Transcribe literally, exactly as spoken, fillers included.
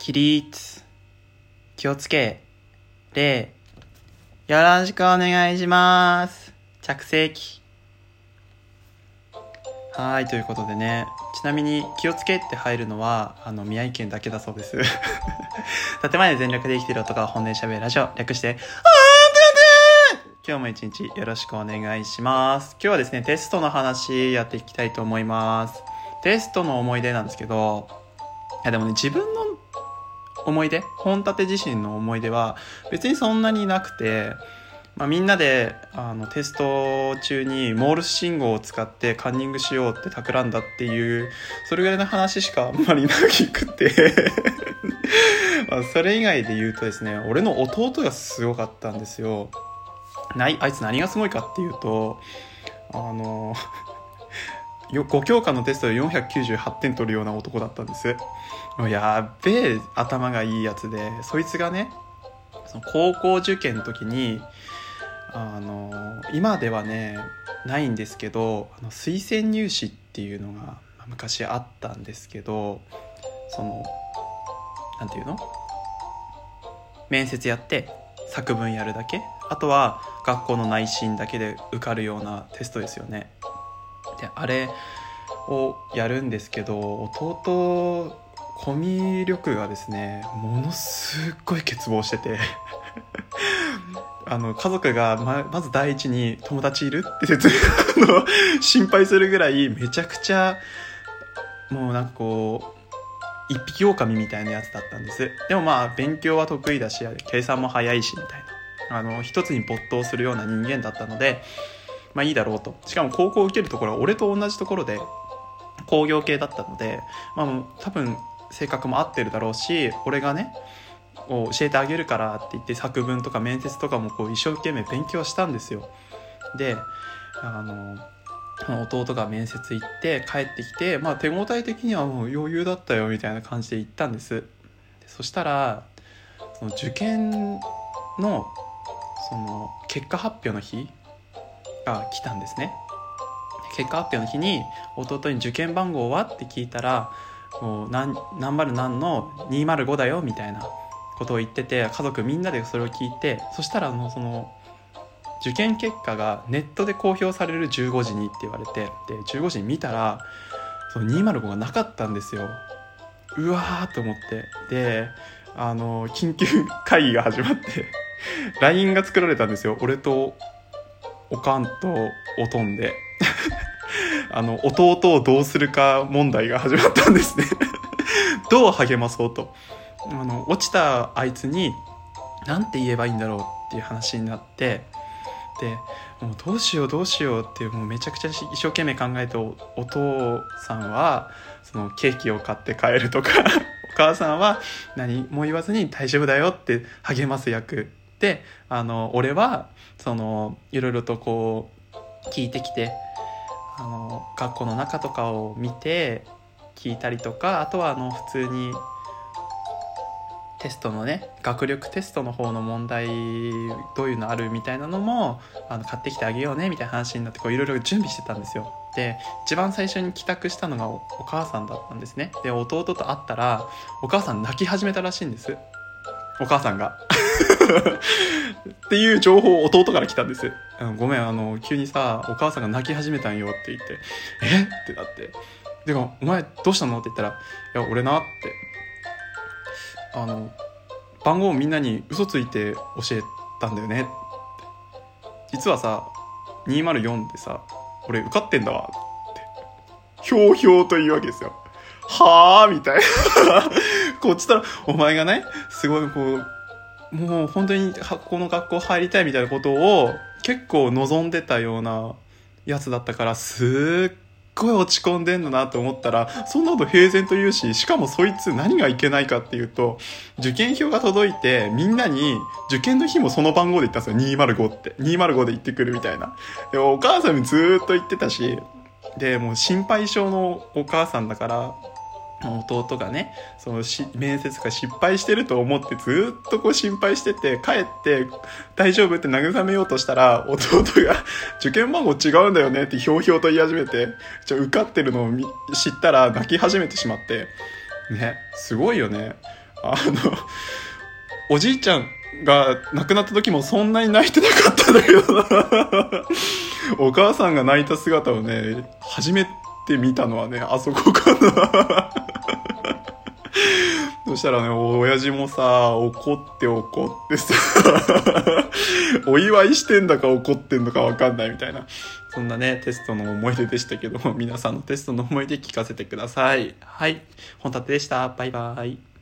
起立、気をつけ、礼、よろしくお願いします。着席。はい、ということでね、ちなみに気をつけって入るのはあの宮城県だけだそうです。建前で全力で生きてる男が本音で喋るラジオ、略してあーんてんてん。今日も一日よろしくお願いします。今日はですね、テストの話やっていきたいと思います。テストの思い出なんですけど、いやでもね、自分の思い出、本立て自身の思い出は別にそんなになくて、まあ、みんなであのテスト中にモールス信号を使ってカンニングしようって企んだっていうそれぐらいの話しかあんまりなくてまあそれ以外で言うとですね、俺の弟がすごかったんですよ。ないあいつ何がすごいかっていうと、あのご教科のテストでよんひゃくきゅうじゅうはちてん取るような男だったんです。やっべえ頭がいいやつで、そいつがね、その高校受験の時にあの今ではねないんですけど、あの推薦入試っていうのが昔あったんですけど、そのなんていうの、面接やって作文やるだけ、あとは学校の内申だけで受かるようなテストですよね。であれをやるんですけど、弟コミュ力がですねものすっごい欠乏しててあの家族が ま, まず第一に友達いるって説明の心配するぐらいめちゃくちゃもうなんかこう一匹狼みたいなやつだったんです。でもまあ勉強は得意だし計算も早いしみたいな、あの一つに没頭するような人間だったので、まあいいだろうと。しかも高校を受けるところは俺と同じところで工業系だったので、まあ多分性格も合ってるだろうし、俺がねを教えてあげるからって言って作文とか面接とかもこう一生懸命勉強したんですよ。であの弟が面接行って帰ってきて、まあ手応え的にはもう余裕だったよみたいな感じで行ったんです。でそしたらその受験のその結果発表の日が来たんですね。結果発表の日に弟に受験番号はって聞いたら、もう何何丸何のにひゃくごだよみたいなことを言ってて、家族みんなでそれを聞いて、そしたらもうその受験結果がネットで公表されるじゅうごじにって言われて、でじゅうごじに見たらそのにひゃくごがなかったんですよ。うわーと思って、であの緊急会議が始まってライン が作られたんですよ。俺とおかんとおとんであの弟をどうするか問題が始まったんですねどう励まそうと、あの落ちたあいつになんて言えばいいんだろうっていう話になって、でもうどうしようどうしようっていう、もうめちゃくちゃ一生懸命考えて、 お, お父さんはそのケーキを買って帰るとかお母さんは何も言わずに大丈夫だよって励ます役で、あの俺はそのいろいろとこう聞いてきて、あの学校の中とかを見て聞いたりとか、あとはあの普通にテストのね、学力テストの方の問題どういうのあるみたいなのもあの買ってきてあげようねみたいな話になって、こういろいろ準備してたんですよ。で一番最初に帰宅したのが お, お母さんだったんですね。で弟と会ったらお母さん泣き始めたらしいんです、お母さんがっていう情報を弟から来たんです。ごめん、あの急にさお母さんが泣き始めたんよって言って、えってなって、でもお前どうしたのって言ったら、いや俺なってあの番号をみんなに嘘ついて教えたんだよねって、実はさにひゃくよんでさ俺受かってんだわってひょうひょうと言うわけですよ。はぁみたいなこっちとらお前がねすごいこうもう本当にここの学校入りたいみたいなことを結構望んでたようなやつだったから、すっごい落ち込んでんだなと思ったら、そんなこと平然と言うし、しかもそいつ何がいけないかっていうと、受験票が届いてみんなに受験の日もその番号で言ったんですよ。にひゃくごってにひゃくごで言ってくるみたいな。でお母さんにずーっと言ってたし、でもう心配性のお母さんだから、弟がねそのし面接が失敗してると思ってずっとこう心配してて、帰って大丈夫って慰めようとしたら弟が受験番号違うんだよねってひょうひょうと言い始めて、じゃ受かってるのを知ったら泣き始めてしまってね。すごいよね。 あのおじいちゃんが亡くなった時もそんなに泣いてなかったんだけどなお母さんが泣いた姿をね初めて見たのはねあそこかなそしたらね親父もさ怒って怒ってさお祝いしてんだか怒ってんのか分かんないみたいな、そんなねテストの思い出でしたけども、皆さんのテストの思い出聞かせてください。はい、本立でした。バイバイ。